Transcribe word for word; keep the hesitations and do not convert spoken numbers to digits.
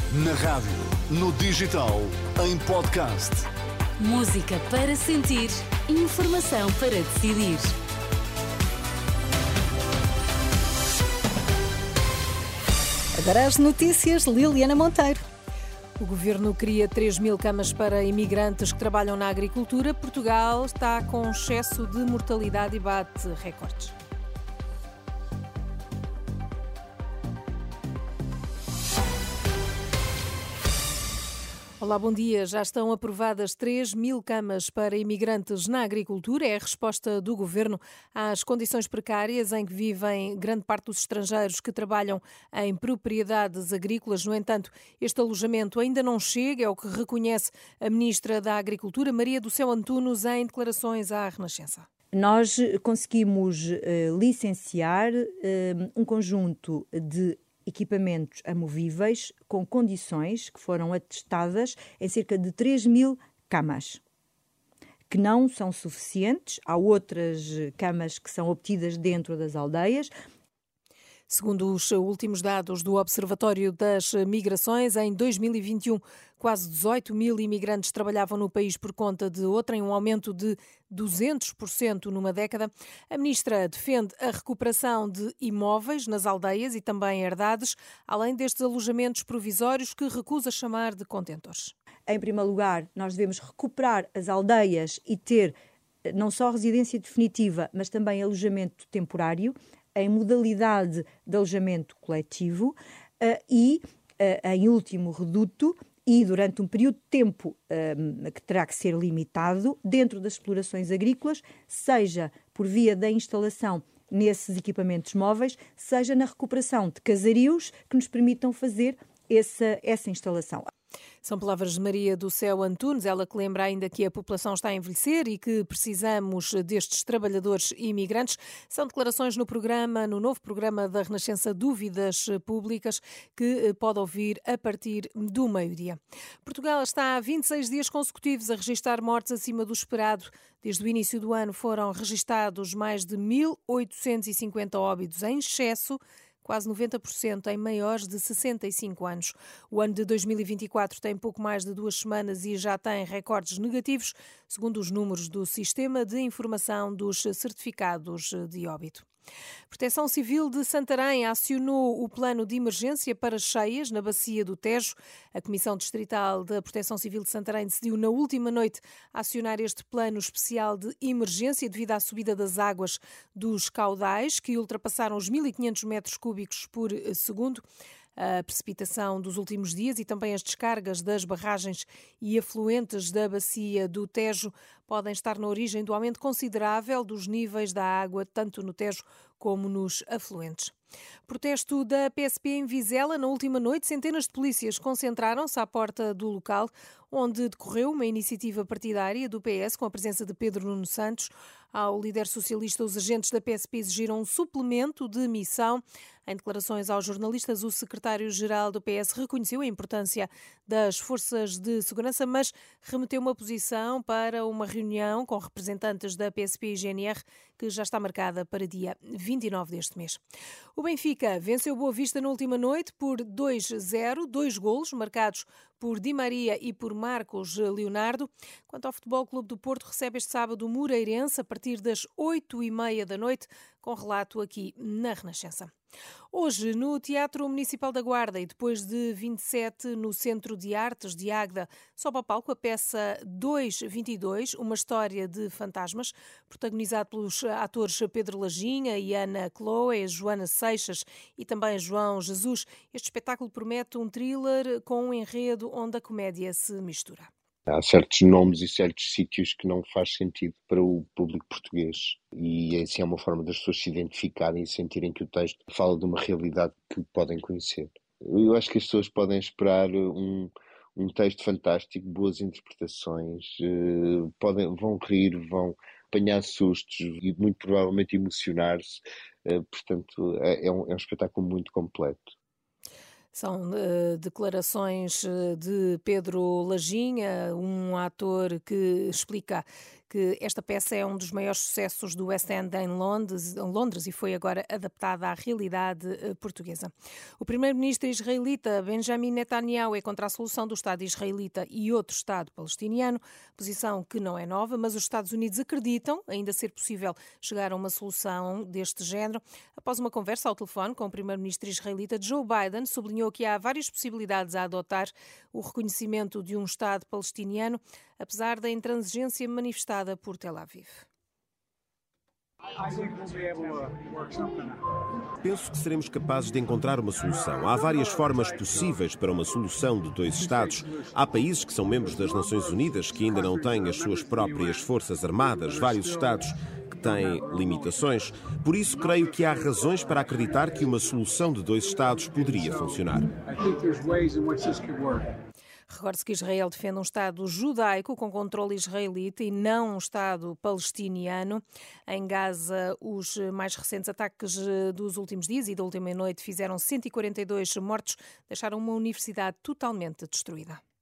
Na rádio, no digital, em podcast. Música para sentir, informação para decidir. Agora as notícias, Liliana Monteiro. O governo cria três mil camas para imigrantes que trabalham na agricultura. Portugal está com excesso de mortalidade e bate recordes. Olá, bom dia. Já estão aprovadas três mil camas para imigrantes na agricultura. É a resposta do governo às condições precárias em que vivem grande parte dos estrangeiros que trabalham em propriedades agrícolas. No entanto, este alojamento ainda não chega, é o que reconhece a ministra da Agricultura, Maria do Céu Antunes, em declarações à Renascença. Nós conseguimos uh, licenciar uh, um conjunto de equipamentos amovíveis com condições que foram atestadas em cerca de três mil camas, que não são suficientes. Há outras camas que são obtidas dentro das aldeias. Segundo os últimos dados do Observatório das Migrações, em dois mil e vinte e um, quase dezoito mil imigrantes trabalhavam no país por conta de outrem, um aumento de duzentos por cento numa década. A ministra defende a recuperação de imóveis nas aldeias e também herdades, além destes alojamentos provisórios que recusa chamar de contentores. Em primeiro lugar, nós devemos recuperar as aldeias e ter não só residência definitiva, mas também alojamento temporário, em modalidade de alojamento coletivo uh, e, uh, em último reduto, e durante um período de tempo um, que terá que ser limitado, dentro das explorações agrícolas, seja por via da instalação nesses equipamentos móveis, seja na recuperação de casarios que nos permitam fazer essa, essa instalação. São palavras de Maria do Céu Antunes, ela que lembra ainda que a população está a envelhecer e que precisamos destes trabalhadores imigrantes. São declarações no programa, no novo programa da Renascença Dúvidas Públicas, que pode ouvir a partir do meio-dia. Portugal está há vinte e seis dias consecutivos a registrar mortes acima do esperado. Desde o início do ano foram registados mais de mil oitocentos e cinquenta óbitos em excesso, quase noventa por cento em maiores de sessenta e cinco anos. O ano de dois mil e vinte e quatro tem pouco mais de duas semanas e já tem recordes negativos, segundo os números do Sistema de Informação dos Certificados de Óbito. Proteção Civil de Santarém acionou o plano de emergência para cheias na bacia do Tejo. A Comissão Distrital da Proteção Civil de Santarém decidiu na última noite acionar este plano especial de emergência devido à subida das águas dos caudais, que ultrapassaram os mil e quinhentos metros cúbicos por segundo. A precipitação dos últimos dias e também as descargas das barragens e afluentes da bacia do Tejo podem estar na origem do aumento considerável dos níveis da água, tanto no Tejo como nos afluentes. Protesto da P S P em Vizela. Na última noite, centenas de polícias concentraram-se à porta do local, onde decorreu uma iniciativa partidária do P S com a presença de Pedro Nuno Santos. Ao líder socialista, os agentes da P S P exigiram um suplemento de missão. Em declarações aos jornalistas, o secretário-geral do P S reconheceu a importância das forças de segurança, mas remeteu uma posição para uma reunião com representantes da P S P e G N R, que já está marcada para dia vinte e nove deste mês. O Benfica venceu Boa Vista na última noite por dois a zero, dois golos marcados por Di Maria e por Marcos Leonardo. Quanto ao Futebol Clube do Porto, recebe este sábado o Moreirense a partir das oito e meia da noite, com relato aqui na Renascença. Hoje, no Teatro Municipal da Guarda e depois de vinte e sete no Centro de Artes de Águeda, sobe ao palco a peça dois vinte e dois, uma história de fantasmas, protagonizado pelos atores Pedro Lajinha e Ana Chloe, Joana Seixas e também João Jesus. Este espetáculo promete um thriller com um enredo onde a comédia se mistura. Há certos nomes e certos sítios que não faz sentido para o público português e assim é uma forma das pessoas se identificarem e sentirem que o texto fala de uma realidade que podem conhecer. Eu acho que as pessoas podem esperar um, um texto fantástico, boas interpretações, uh, podem, vão rir, vão apanhar sustos e muito provavelmente emocionar-se. Uh, portanto, é, é, um, é um espetáculo muito completo. São uh, declarações de Pedro Lajinha, um ator que explica que esta peça é um dos maiores sucessos do West End em Londres, em Londres e foi agora adaptada à realidade portuguesa. O primeiro-ministro israelita Benjamin Netanyahu é contra a solução do Estado israelita e outro Estado palestiniano, posição que não é nova, mas os Estados Unidos acreditam ainda ser possível chegar a uma solução deste género. Após uma conversa ao telefone com o primeiro-ministro israelita, Joe Biden sublinhou que há várias possibilidades a adotar o reconhecimento de um Estado palestiniano, apesar da intransigência manifestada por Tel Aviv. Penso que seremos capazes de encontrar uma solução. Há várias formas possíveis para uma solução de dois Estados. Há países que são membros das Nações Unidas que ainda não têm as suas próprias forças armadas, vários Estados que têm limitações. Por isso, creio que há razões para acreditar que uma solução de dois Estados poderia funcionar. Recorde-se que Israel defende um Estado judaico com controle israelita e não um Estado palestiniano. Em Gaza, os mais recentes ataques dos últimos dias e da última noite fizeram cento e quarenta e dois mortos, deixaram uma universidade totalmente destruída.